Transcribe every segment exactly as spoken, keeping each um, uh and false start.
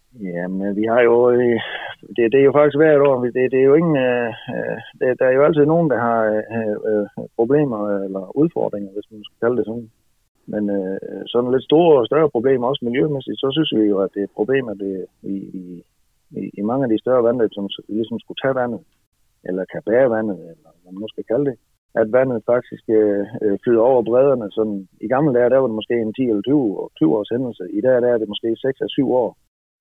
Jamen, vi har jo... Øh, det, det er jo faktisk hvert år. Det, det er jo ingen... Øh, det, der er jo altid nogen, der har øh, øh, problemer eller udfordringer, hvis man skal kalde det sådan. Men øh, sådan lidt store og større problemer, også miljømæssigt, så synes vi jo, at det er et problem, at det i, i, i mange af de større vandløb, som ligesom skulle tage vandet, eller kan bære vandet, eller hvad man nu skal kalde det, at vandet faktisk øh, flyder over bredderne. Sådan, i gamle dage, der var det måske en ti eller tyve års hændelse. I dag der er det måske seks eller syv år.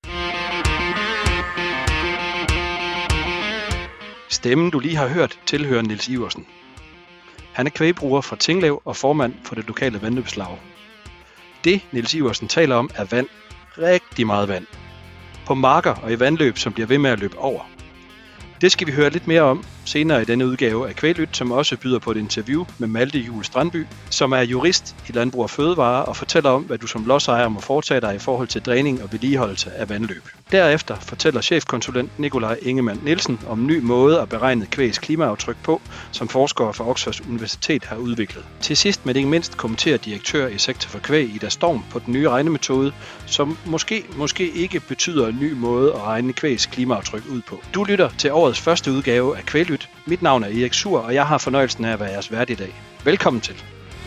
Stemmen, du lige har hørt, tilhører Niels Iversen. Han er kvægbruger fra Tinglev og formand for det lokale vandløbslag. Det, Niels Iversen taler om, er vand. Rigtig meget vand. På marker og i vandløb, som bliver ved med at løbe over. Det skal vi høre lidt mere om senere i denne udgave af Kvæglyt, som også byder på et interview med Malte Juel Strandby, som er jurist i Landbrug og Fødevare og fortæller om, hvad du som lodsejer må foretage dig i forhold til dræning og vedligeholdelse af vandløb. Derefter fortæller chefkonsulent Nikolaj Ingemann Nielsen om ny måde at beregne kvægs klimaaftryk på, som forskere fra Oxford Universitet har udviklet. Til sidst, men ikke mindst, kommenterer direktør i Sektor for Kvæg Ida Storm på den nye regnemetode, som måske, måske ikke betyder en ny måde at regne kvægs klimaaftryk ud på. Du lytter til årets første udgave af Kvæglyt. Mit navn er Erik Sur, og jeg har fornøjelsen af at være jeres vært i dag. Velkommen til.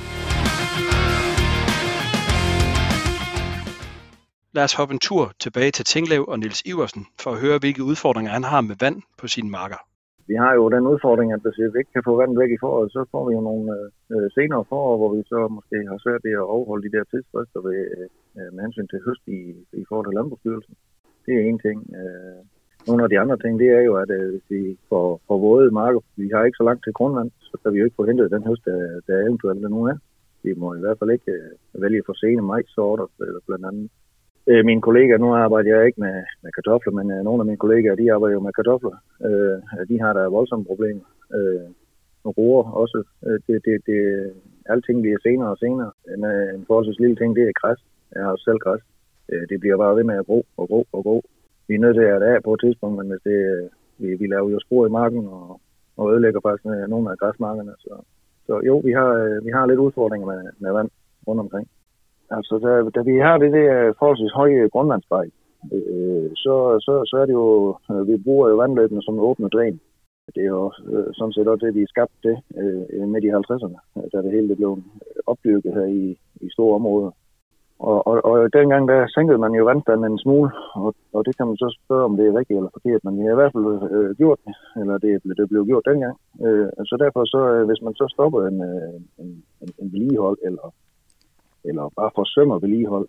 Lad os hoppe en tur tilbage til Tinglev og Niels Iversen for at høre, hvilke udfordringer han har med vand på sine marker. Vi har jo den udfordring, at hvis vi ikke kan få vand væk i foråret, så får vi jo nogle øh, senere forår, hvor vi så måske har svært ved at overholde de der tidsfrister ved, øh, med hensyn til høst i, i forhold til Landbrugsstyrelsen. Det er en ting. Øh, Nogle af de andre ting, det er jo, at øh, hvis vi får, får våde marker, vi har ikke så langt til grundvand, så kan vi jo ikke få hentet den høst, der, der eventuelt nu er. Vi må i hvert fald ikke øh, vælge for sene majssorter, eller blandt andet. Øh, mine kollegaer, nu arbejder jeg ikke med, med kartofler, men øh, nogle af mine kollegaer, de arbejder jo med kartofler. Øh, de har der voldsomme problemer. Øh, roer også. Øh, det, det, det, alting bliver senere og senere. En, en forholdsvis lille ting, det er græs. Jeg har også selv græs. Øh, det bliver bare ved med at gro og gro og gro. Vi er nødt til at have det på et tidspunkt, men hvis det, vi, vi laver jo spor i marken og, og ødelægger faktisk nogle af græsmarkerne. Så, så jo, vi har, vi har lidt udfordringer med, med vand rundt omkring. Altså, da, da vi har det der forholdsvis høje grundvandsspejl, øh, så, så, så er det jo, vi bruger jo vandløbene som åbne dræn. Det er jo øh, sådan set også det, vi skabte det øh, midt i halvtredserne, da det hele blev opdyrket her i, i store områder. Og, og, og dengang der sænkede man jo vandstanden en smule, og, og det kan man så spørge, om det er rigtigt eller forkert, men vi har i hvert fald øh, gjort det, eller det, det blev gjort dengang. Øh, så derfor, så, øh, hvis man så stopper en, øh, en, en, en vedligehold, eller, eller bare forsømmer vedligehold,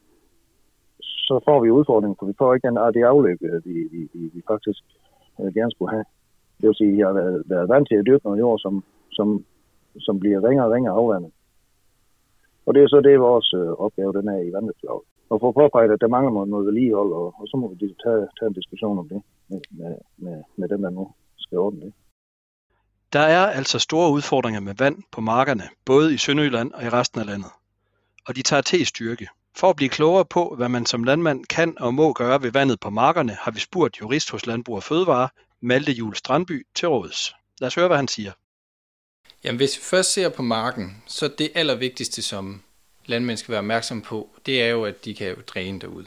så får vi udfordringer, for vi får ikke den, det afløb, vi, vi, vi, vi faktisk øh, gerne skulle have. Det vil sige, at jeg har været, været vant til at dyrke noget jord, som, som, som bliver ringere og ringere afvandet. Og det er så det, vores øh, opgave den er i vandløbslaget. Og for at påpege, at der mangler noget vedligehold, og, og så må vi tage, tage en diskussion om det med, med, med, med dem, der nu skal ordne det. Der er altså store udfordringer med vand på markerne, både i Sønderjylland og i resten af landet. Og de tager til i styrke. For at blive klogere på, hvad man som landmand kan og må gøre ved vandet på markerne, har vi spurgt jurist hos Landbrug og Fødevare, Malte Juel Strandby, til råds. Lad os høre, hvad han siger. Jamen, hvis vi først ser på marken, så det allervigtigste, som landmænd skal være opmærksom på, det er jo, at de kan dræne derud.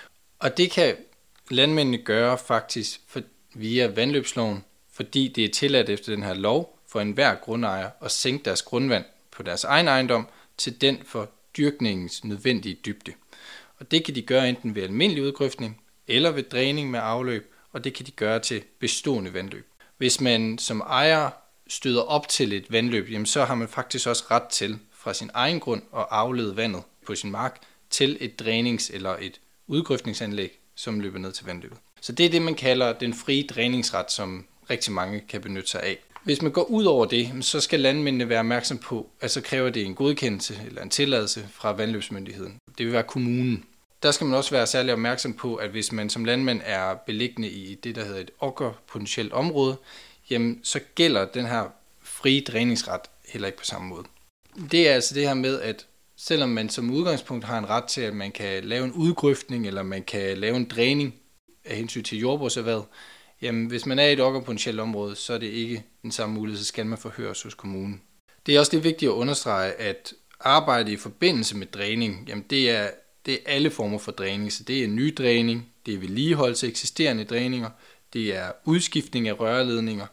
Og det kan landmændene gøre faktisk for, via vandløbsloven, fordi det er tilladt efter den her lov for enhver grundejer at sænke deres grundvand på deres egen ejendom til den for dyrkningens nødvendige dybde. Og det kan de gøre enten ved almindelig udgrøftning eller ved dræning med afløb, og det kan de gøre til bestående vandløb. Hvis man som ejer støder op til et vandløb, jamen så har man faktisk også ret til fra sin egen grund at aflede vandet på sin mark til et drænings- eller et udgrøftningsanlæg, som løber ned til vandløbet. Så det er det, man kalder den frie dræningsret, som rigtig mange kan benytte sig af. Hvis man går ud over det, så skal landmændene være opmærksom på, at så kræver det en godkendelse eller en tilladelse fra vandløbsmyndigheden. Det vil være kommunen. Der skal man også være særlig opmærksom på, at hvis man som landmand er beliggende i det, der hedder et okkerpotentielt område, jamen så gælder den her frie dræningsret heller ikke på samme måde. Det er altså det her med, at selvom man som udgangspunkt har en ret til, at man kan lave en udgrøftning, eller man kan lave en dræning af hensyn til jordbrugserhvervet, jamen hvis man er i et okkerpotentielt område, så er det ikke den samme mulighed, så skal man forhøres hos kommunen. Det er også det vigtigt at understrege, at arbejde i forbindelse med dræning, jamen det er, det er alle former for dræning, så det er nydræning, det er vedligeholdelse af eksisterende dræninger, det er udskiftning af rørledninger,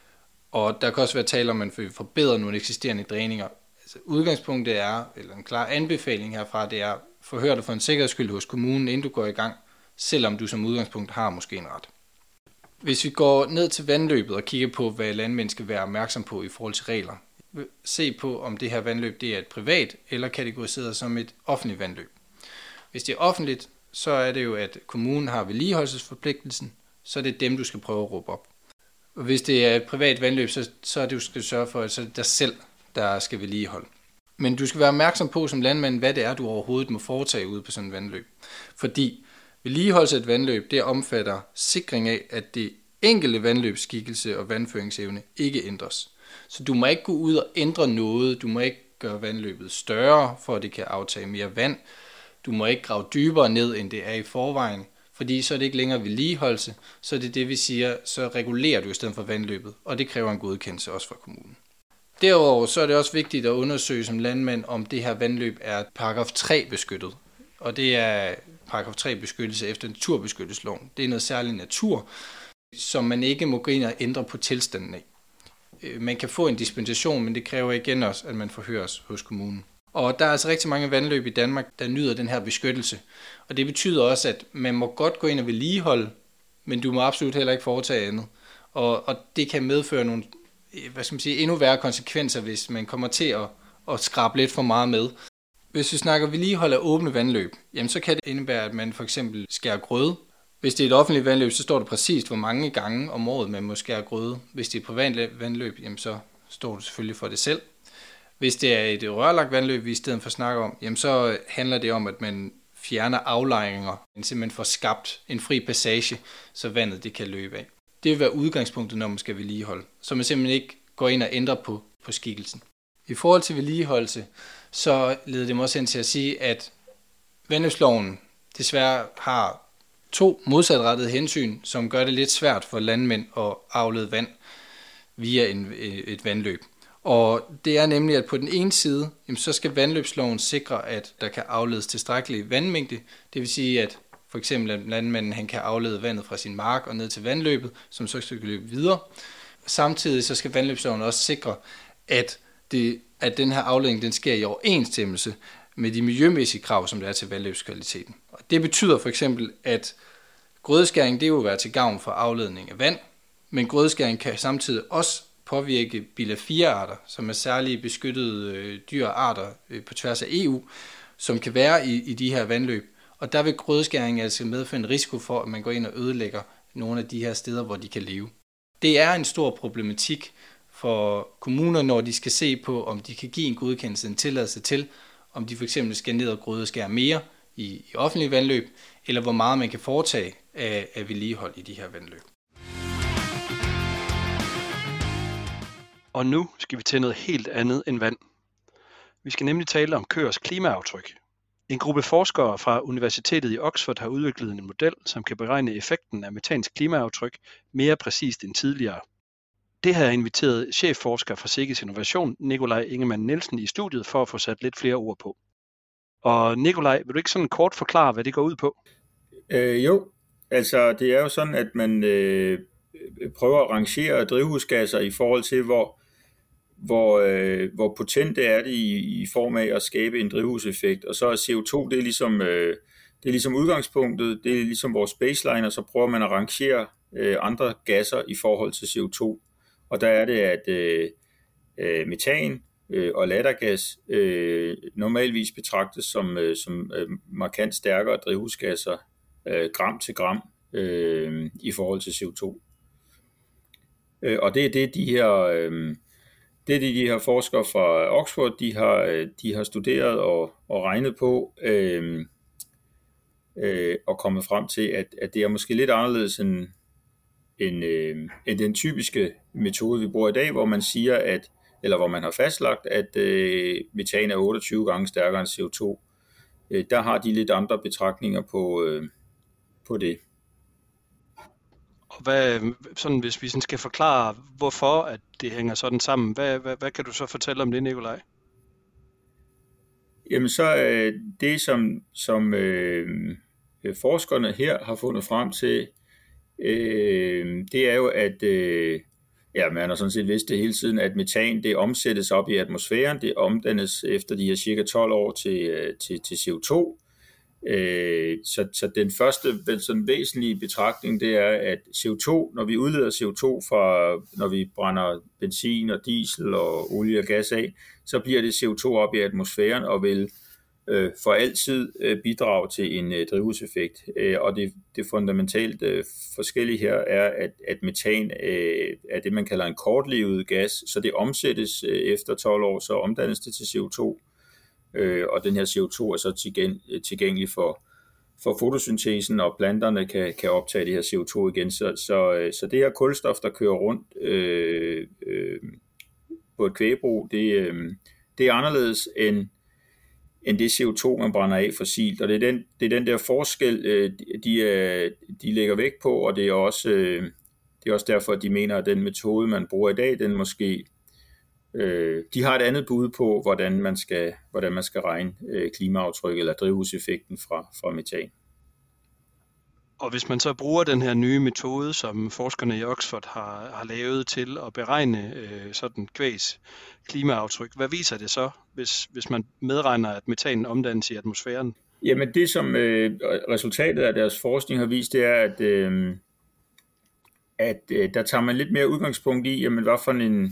og der kan også være tale om, at man forbedrer nogle eksisterende dræninger. Altså, udgangspunktet er, eller en klar anbefaling herfra, det er, forhør dig for en sikkerheds skyld hos kommunen, inden du går i gang, selvom du som udgangspunkt har måske en ret. Hvis vi går ned til vandløbet og kigger på, hvad landmænd skal være opmærksom på i forhold til regler, se på, om det her vandløb det er et privat eller kategoriseret som et offentligt vandløb. Hvis det er offentligt, så er det jo, at kommunen har vedligeholdelsesforpligtelsen, så er det dem, du skal prøve at råbe op. Og hvis det er et privat vandløb, så, så er det, du skal sørge for, at så er det dig selv, der skal vedligeholde. Men du skal være opmærksom på som landmand, hvad det er, du overhovedet må foretage ude på sådan et vandløb. Fordi vedligeholdelse af et vandløb, det omfatter sikring af, at det enkelte vandløbsskikkelse og vandføringsevne ikke ændres. Så du må ikke gå ud og ændre noget, du må ikke gøre vandløbet større, for at det kan aftage mere vand. Du må ikke grave dybere ned, end det er i forvejen, fordi så er det ikke længere vedligeholdelse, så er det det, vi siger, så regulerer du i stedet for vandløbet, og det kræver en godkendelse også fra kommunen. Derudover så er det også vigtigt at undersøge som landmand, om det her vandløb er paragraf tre beskyttet. Og det er paragraf tre beskyttelse efter naturbeskyttelsesloven. Det er noget særlig natur, som man ikke må gå ind og ændre på tilstanden af. Man kan få en dispensation, men det kræver igen også, at man forhøres hos kommunen. Og der er altså rigtig mange vandløb i Danmark, der nyder den her beskyttelse. Og det betyder også, at man må godt gå ind og vedligeholde, men du må absolut heller ikke foretage andet. Og, og det kan medføre nogle hvad skal man sige, endnu værre konsekvenser, hvis man kommer til at, at skrabe lidt for meget med. Hvis vi snakker vedligehold af åbne vandløb, jamen så kan det indebære, at man for eksempel skærer grøde. Hvis det er et offentligt vandløb, så står det præcist, hvor mange gange om året man må skære grøde. Hvis det er et privat vandløb, jamen så står det selvfølgelig for det selv. Hvis det er et rørlagt vandløb, vi i stedet for snakker om, jamen så handler det om, at man fjerner aflejringer, og simpelthen får skabt en fri passage, så vandet det kan løbe af. Det vil være udgangspunktet, når man skal vedligeholde, så man simpelthen ikke går ind og ændrer på, på skikkelsen. I forhold til vedligeholdelse, så leder det mig også hen til at sige, at vandløbsloven desværre har to modsatrettede hensyn, som gør det lidt svært for landmænd at aflede vand via en, et vandløb. Og det er nemlig, at på den ene side, jamen, så skal vandløbsloven sikre, at der kan afledes tilstrækkelig vandmængde. Det vil sige, at for eksempel at landmanden han kan aflede vandet fra sin mark og ned til vandløbet, som så skal løbe videre. Samtidig så skal vandløbsloven også sikre, at, det, at den her afledning den sker i overensstemmelse med de miljømæssige krav, som der er til vandløbskvaliteten. Og det betyder for eksempel, at grødeskæring det vil være til gavn for afledning af vand, men grødeskæring kan samtidig også påvirke bilag fire-arter, som er særlige beskyttede øh, dyrearter øh, på tværs af E U, som kan være i, i de her vandløb. Og der vil grødeskæring altså medføre en risiko for, at man går ind og ødelægger nogle af de her steder, hvor de kan leve. Det er en stor problematik for kommuner, når de skal se på, om de kan give en godkendelse, en tilladelse til, om de for eksempel skal ned og grødeskære mere i, i offentlige vandløb, eller hvor meget man kan foretage af, af vedligehold i de her vandløb. Og nu skal vi til noget helt andet end vand. Vi skal nemlig tale om køers klimaaftryk. En gruppe forskere fra Universitetet i Oxford har udviklet en model, som kan beregne effekten af metans klimaaftryk mere præcist end tidligere. Det har jeg inviteret chefforsker fra Sikkes Innovation, Nikolaj Ingemann Nielsen, i studiet for at få sat lidt flere ord på. Og Nikolaj, vil du ikke sådan kort forklare, hvad det går ud på? Øh, jo, altså det er jo sådan, at man øh, prøver at rangere drivhusgasser i forhold til, hvor Hvor, øh, hvor potente er det i, i form af at skabe en drivhuseffekt, og så er C O to, det er ligesom, øh, det er ligesom udgangspunktet, det er ligesom vores baseline, og så prøver man at rangere øh, andre gasser i forhold til C O to, og der er det, at øh, øh, metan øh, og lattergas øh, normalvis betragtes som, øh, som øh, markant stærkere drivhusgasser øh, gram til gram øh, i forhold til C O to. Øh, og det er det, de her... Øh, Det er det, de her forskere fra Oxford, de har, de har studeret og, og regnet på, øh, øh, og kommet frem til, at, at det er måske lidt anderledes end, end, øh, end den typiske metode, vi bruger i dag, hvor man siger, at, eller hvor man har fastlagt, at øh, metan er otteogtyve gange stærkere end C O to. Øh, der har de lidt andre betragtninger på, øh, på det. Og hvad, sådan, hvis vi sådan skal forklare, hvorfor at det hænger sådan sammen, hvad, hvad, hvad kan du så fortælle om det, Nikolaj? Jamen så øh, det, som, som øh, øh, forskerne her har fundet frem til, øh, det er jo, at øh, ja, man har sådan set vidst det hele tiden, at metan det omsættes op i atmosfæren, det omdannes efter de her cirka tolv år til, til, til C O to. Øh, så, så den første sådan væsentlige betragtning, det er, at C O to, når vi udleder C O to fra, når vi brænder benzin og diesel og olie og gas af, så bliver det C O to op i atmosfæren og vil øh, for altid øh, bidrage til en øh, drivhuseffekt. Øh, og det, det fundamentalt øh, forskellige her er, at, at metan øh, er det, man kalder en kortlivet gas, så det omsættes øh, efter tolv år, så omdannes det til C O to. Øh, og den her C O to er så tilgængelig for, for fotosyntesen, og planterne kan, kan optage det her C O to igen. Så, så, så det her kulstof, der kører rundt øh, øh, på et kvægbrug, det, øh, det er anderledes end, end det C O to, man brænder af fossilt. Og det er den, det er den der forskel, øh, de, er, de lægger vægt på, og det er, også, øh, det er også derfor, at de mener, at den metode, man bruger i dag, den måske de har et andet bud på, hvordan man skal, hvordan man skal regne klimaaftryk eller drivhuseffekten fra, fra metan. Og hvis man så bruger den her nye metode, som forskerne i Oxford har, har lavet til at beregne øh, sådan kvægs klimaaftryk, hvad viser det så, hvis, hvis man medregner, at metanen omdannes i atmosfæren? Jamen det, som øh, resultatet af deres forskning har vist, det er, at, øh, at øh, der tager man lidt mere udgangspunkt i, jamen hvad for en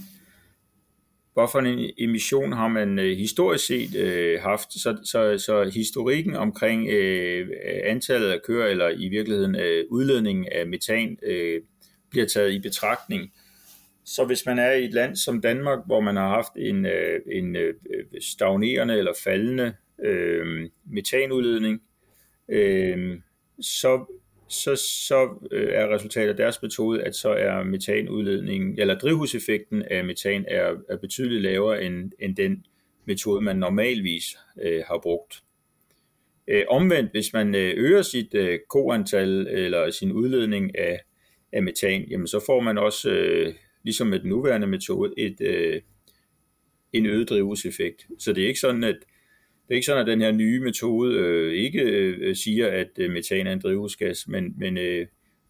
Hvorfor en emission har man øh, historisk set øh, haft, så, så, så historikken omkring øh, antallet af køer, eller i virkeligheden øh, udledningen af metan, øh, bliver taget i betragtning. Så hvis man er i et land som Danmark, hvor man har haft en, øh, en øh, stagnerende eller faldende øh, metanudledning, øh, så så, så er resultatet af deres metode, at så er metanudledningen, eller drivhuseffekten af metan er, er betydeligt lavere end, end den metode, man normalvis øh, har brugt. Øh, omvendt, hvis man øger sit øh, koantal eller sin udledning af, af metan, jamen så får man også, øh, ligesom med den nuværende metode, et, øh, en øget drivhuseffekt. Så det er ikke sådan, at Det er ikke sådan, at den her nye metode øh, ikke øh, siger, at øh, metan er en drivhusgas, men, men, øh,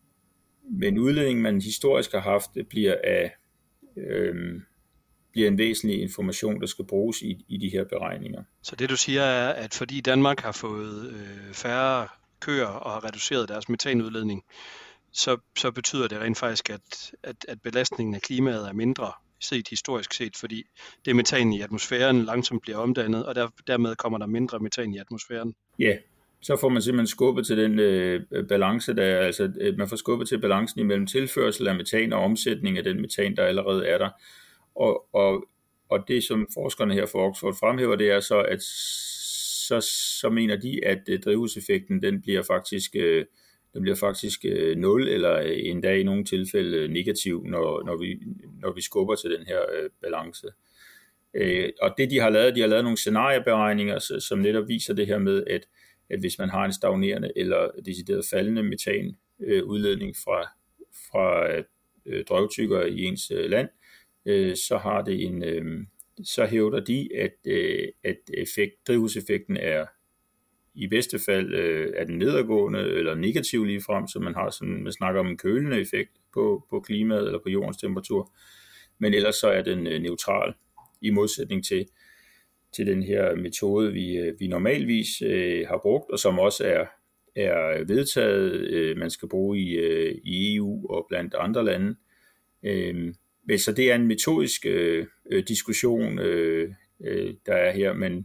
men udledningen, man historisk har haft, bliver, af, øh, bliver en væsentlig information, der skal bruges i, i de her beregninger. Så det du siger er, at fordi Danmark har fået øh, færre køer og har reduceret deres metanudledning, så, så betyder det rent faktisk, at, at, at belastningen af klimaet er mindre, set historisk set, fordi det metan i atmosfæren langsomt bliver omdannet, og der, dermed kommer der mindre metan i atmosfæren. Ja, så får man simpelthen skubbet til den øh, balance, der altså øh, man får skubbet til balancen imellem tilførsel af metan og omsætning af den metan, der allerede er der. Og, og, og det, som forskerne her for Oxford fremhæver, det er så, at så, så mener de, at øh, drivhuseffekten, den bliver faktisk øh, Den bliver faktisk øh, nul, eller endda i nogle tilfælde øh, negativ, når, når, vi, når vi skubber til den her øh, balance. Øh, og det de har lavet, de har lavet nogle scenarieberegninger, som netop viser det her med, at, at hvis man har en stagnerende eller decideret faldende metanudledning øh, fra, fra øh, drøvtyggere i ens øh, land, øh, så har det en, øh, så hævder de, at, øh, at effekt, drivhuseffekten er i bedste fald øh, er den nedadgående eller negativ ligefrem, så man har sådan, man snakker om en kølende effekt på, på klimaet eller på jordens temperatur, men ellers så er den øh, neutral i modsætning til, til den her metode, vi, øh, vi normalvis øh, har brugt, og som også er, er vedtaget, øh, man skal bruge i, øh, i E U og blandt andre lande. Øh, så det er en metodisk øh, diskussion, øh, øh, der er her, men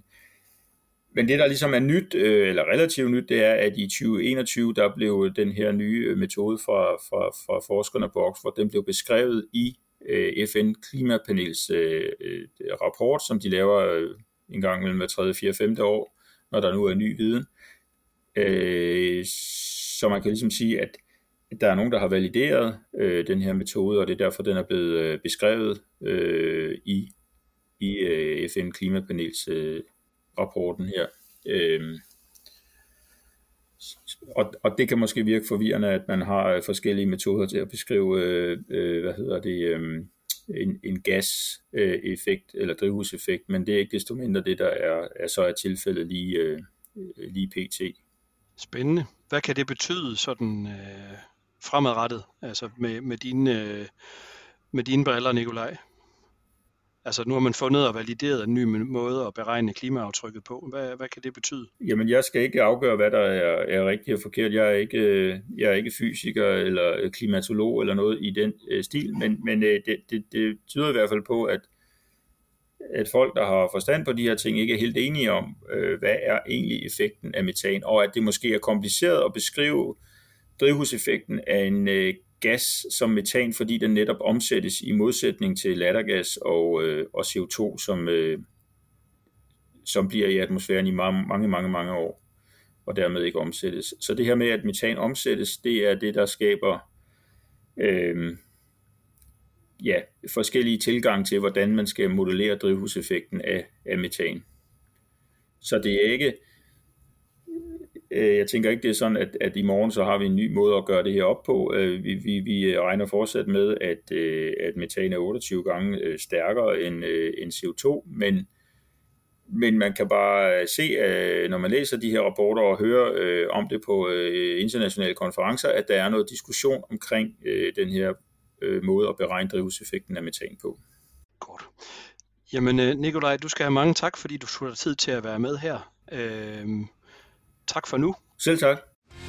Men det, der ligesom er nyt, eller relativt nyt, det er, at i tyve enogtyve, der blev den her nye metode fra, fra, fra forskerne på Oxford, den blev beskrevet i F N-klimapanels rapport, som de laver en gang mellem hver tredje, fjerde, femte år, når der nu er ny viden. Så man kan ligesom sige, at der er nogen, der har valideret den her metode, og det er derfor, den er blevet beskrevet i, i F N-klimapanels rapporten her. Øhm, og, og det kan måske virke forvirrende, at man har forskellige metoder til at beskrive, øh, øh, hvad hedder det, øh, en, en gas-effekt eller drivhuseffekt, men det er ikke desto mindre det, der er, er så er tilfældet lige, øh, lige pt. Spændende. hvad kan det betyde sådan øh, fremadrettet, altså med, med, dine, øh, med dine briller, Nikolaj? Altså nu har man fundet og valideret en ny måde at beregne klimaaftrykket på. Hvad, hvad kan det betyde? Jamen jeg skal ikke afgøre, hvad der er, er rigtigt og forkert. Jeg er, ikke, jeg er ikke fysiker eller klimatolog eller noget i den øh, stil, men, men øh, det, det, det tyder i hvert fald på, at, at folk, der har forstand på de her ting, ikke er helt enige om, øh, hvad er egentlig effekten af metan, og at det måske er kompliceret at beskrive drivhuseffekten af en øh, gas som metan, fordi den netop omsættes i modsætning til lattergas og, øh, og C O to, som, øh, som bliver i atmosfæren i mange, mange, mange, mange år, og dermed ikke omsættes. Så det her med, at metan omsættes, det er det, der skaber øh, ja, forskellige tilgange til, hvordan man skal modellere drivhuseffekten af, af metan. Så det er ikke... Jeg tænker ikke, det er sådan, at, at i morgen så har vi en ny måde at gøre det her op på. Vi, vi, vi regner fortsat med, at, at metan er otteogtyve gange stærkere end, end C O to, men, men man kan bare se, når man læser de her rapporter og hører om det på internationale konferencer, at der er noget diskussion omkring den her måde at beregne drivhuseffekten af metan på. Godt. Jamen Nikolaj, du skal have mange tak, fordi du tog dig tid til at være med her. Øh... Tak for nu. Selv tak.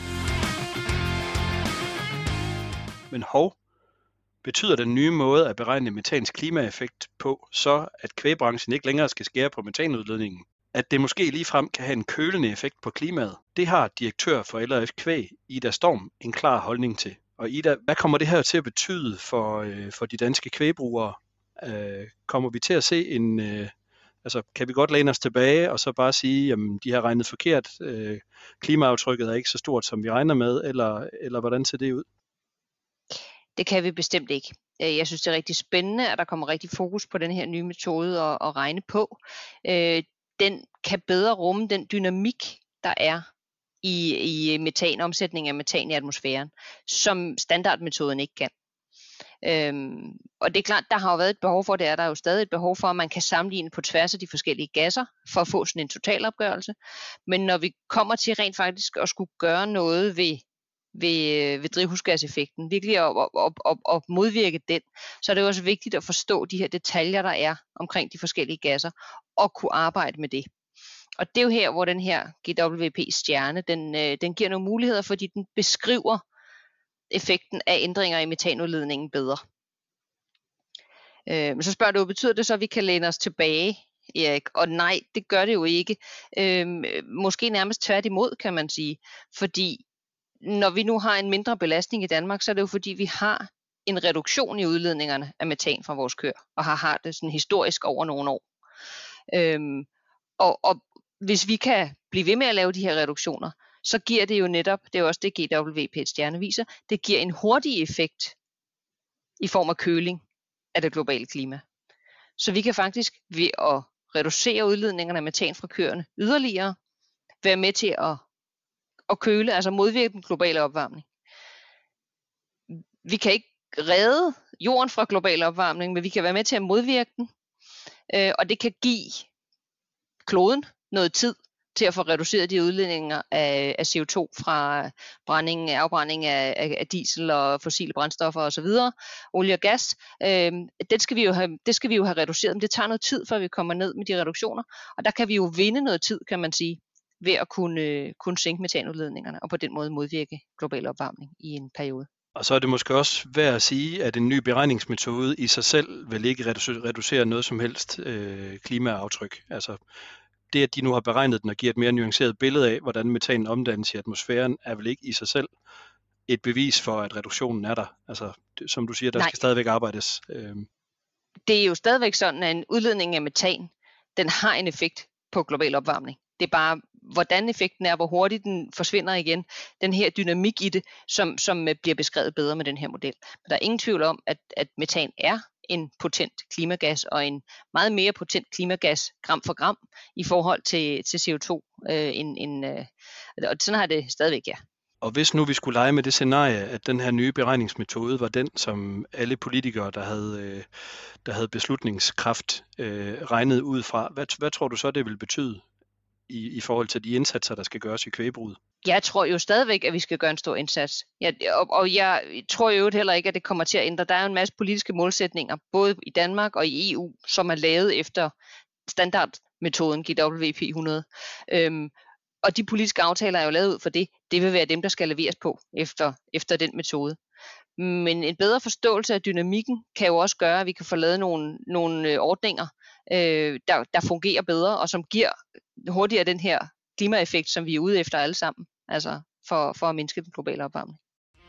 Men hov, betyder den nye måde at beregne metans klimaeffekt på, så at kvægbranchen ikke længere skal skære på metanudledningen? At det måske ligefrem kan have en kølende effekt på klimaet? Det har direktør for L R F Kvæg, Ida Storm, en klar holdning til. Og Ida, hvad kommer det her til at betyde for, øh, for de danske kvægbrugere? Øh, kommer vi til at se en... Øh, Altså, kan vi godt læne os tilbage og så bare sige, at de har regnet forkert, øh, klimaaftrykket er ikke så stort, som vi regner med, eller, eller hvordan ser det ud? Det kan vi bestemt ikke. Jeg synes, det er rigtig spændende, at der kommer rigtig fokus på den her nye metode at, at regne på. Øh, den kan bedre rumme den dynamik, der er i, i metan, omsætning af metan i atmosfæren, som standardmetoden ikke kan. Øhm, og det er klart, der har jo været et behov for, det er der jo stadig et behov for, at man kan sammenligne på tværs af de forskellige gasser, for at få sådan en totalopgørelse. Men når vi kommer til rent faktisk at skulle gøre noget ved, ved, ved drivhusgaseffekten, virkelig at, at, at, at modvirke den, så er det jo også vigtigt at forstå de her detaljer, der er omkring de forskellige gasser, og kunne arbejde med det. Og det er jo her, hvor den her G W P-stjerne, den, den giver nogle muligheder, fordi den beskriver effekten af ændringer i metanudledningen bedre. Øh, men så spørger du, betyder det så, at vi kan læne os tilbage, Erik? Og nej, det gør det jo ikke. Øh, måske nærmest tværtimod, kan man sige. Fordi når vi nu har en mindre belastning i Danmark, så er det jo fordi, vi har en reduktion i udledningerne af metan fra vores køer, og har har det sådan historisk over nogle år. Øh, og, og hvis vi kan blive ved med at lave de her reduktioner, så giver det jo netop, det er jo også det G W P-stjerne viser, det giver en hurtig effekt i form af køling af det globale klima. Så vi kan faktisk ved at reducere udledningerne af metan fra køerne yderligere, være med til at, at køle, altså modvirke den globale opvarmning. Vi kan ikke redde jorden fra global opvarmning, men vi kan være med til at modvirke den, og det kan give kloden noget tid til at få reduceret de udledninger af, af C O to fra brænding, afbrænding af, af, af diesel og fossile brændstoffer osv., olie og gas. Øh, det, skal vi jo have, det skal vi jo have reduceret, men det tager noget tid, før vi kommer ned med de reduktioner, og der kan vi jo vinde noget tid, kan man sige, ved at kunne, kunne sænke metanudledningerne, og på den måde modvirke global opvarmning i en periode. Og så er det måske også værd at sige, at en ny beregningsmetode i sig selv vil ikke reducere noget som helst øh, klimaaftryk. Altså det, at de nu har beregnet den og giver et mere nuanceret billede af, hvordan metanen omdannes i atmosfæren, er vel ikke i sig selv et bevis for, at reduktionen er der. Altså, det, som du siger, der Nej. skal stadigvæk arbejdes. Øh. Det er jo stadigvæk sådan, at en udledning af metan, den har en effekt på global opvarmning. Det er bare, hvordan effekten er, hvor hurtigt den forsvinder igen, den her dynamik i det, som, som bliver beskrevet bedre med den her model. Men der er ingen tvivl om, at, at metan er en potent klimagas, og en meget mere potent klimagas gram for gram i forhold til, til C O to. Øh, en, en, øh, og sådan har det stadigvæk, ja. Og hvis nu vi skulle lege med det scenarie, at den her nye beregningsmetode var den, som alle politikere, der havde, øh, der havde beslutningskraft, øh, regnet ud fra, hvad, hvad tror du så, det vil betyde i, i forhold til de indsatser, der skal gøres i kvægbruget? Jeg tror jo stadigvæk, at vi skal gøre en stor indsats. Jeg, og, og jeg tror jo heller ikke, at det kommer til at ændre. Der er en masse politiske målsætninger, både i Danmark og i E U, som er lavet efter standardmetoden G W P hundrede. Øhm, og de politiske aftaler er jo lavet ud for det. Det vil være dem, der skal leveres på efter, efter den metode. Men en bedre forståelse af dynamikken kan jo også gøre, at vi kan få lavet nogle, nogle ordninger, øh, der, der fungerer bedre, og som giver hurtigere den her klimaeffekt, som vi er ude efter alle sammen, altså for, for at mindske den globale opvarmning.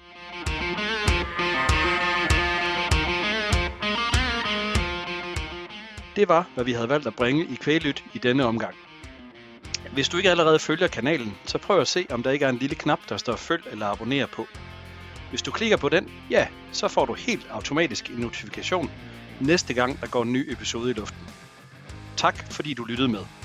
Det var, hvad vi havde valgt at bringe i Kvæglyt i denne omgang. Hvis du ikke allerede følger kanalen, så prøv at se, om der ikke er en lille knap, der står følg eller abonner på. Hvis du klikker på den, ja, så får du helt automatisk en notifikation næste gang, der går en ny episode i luften. Tak fordi du lyttede med.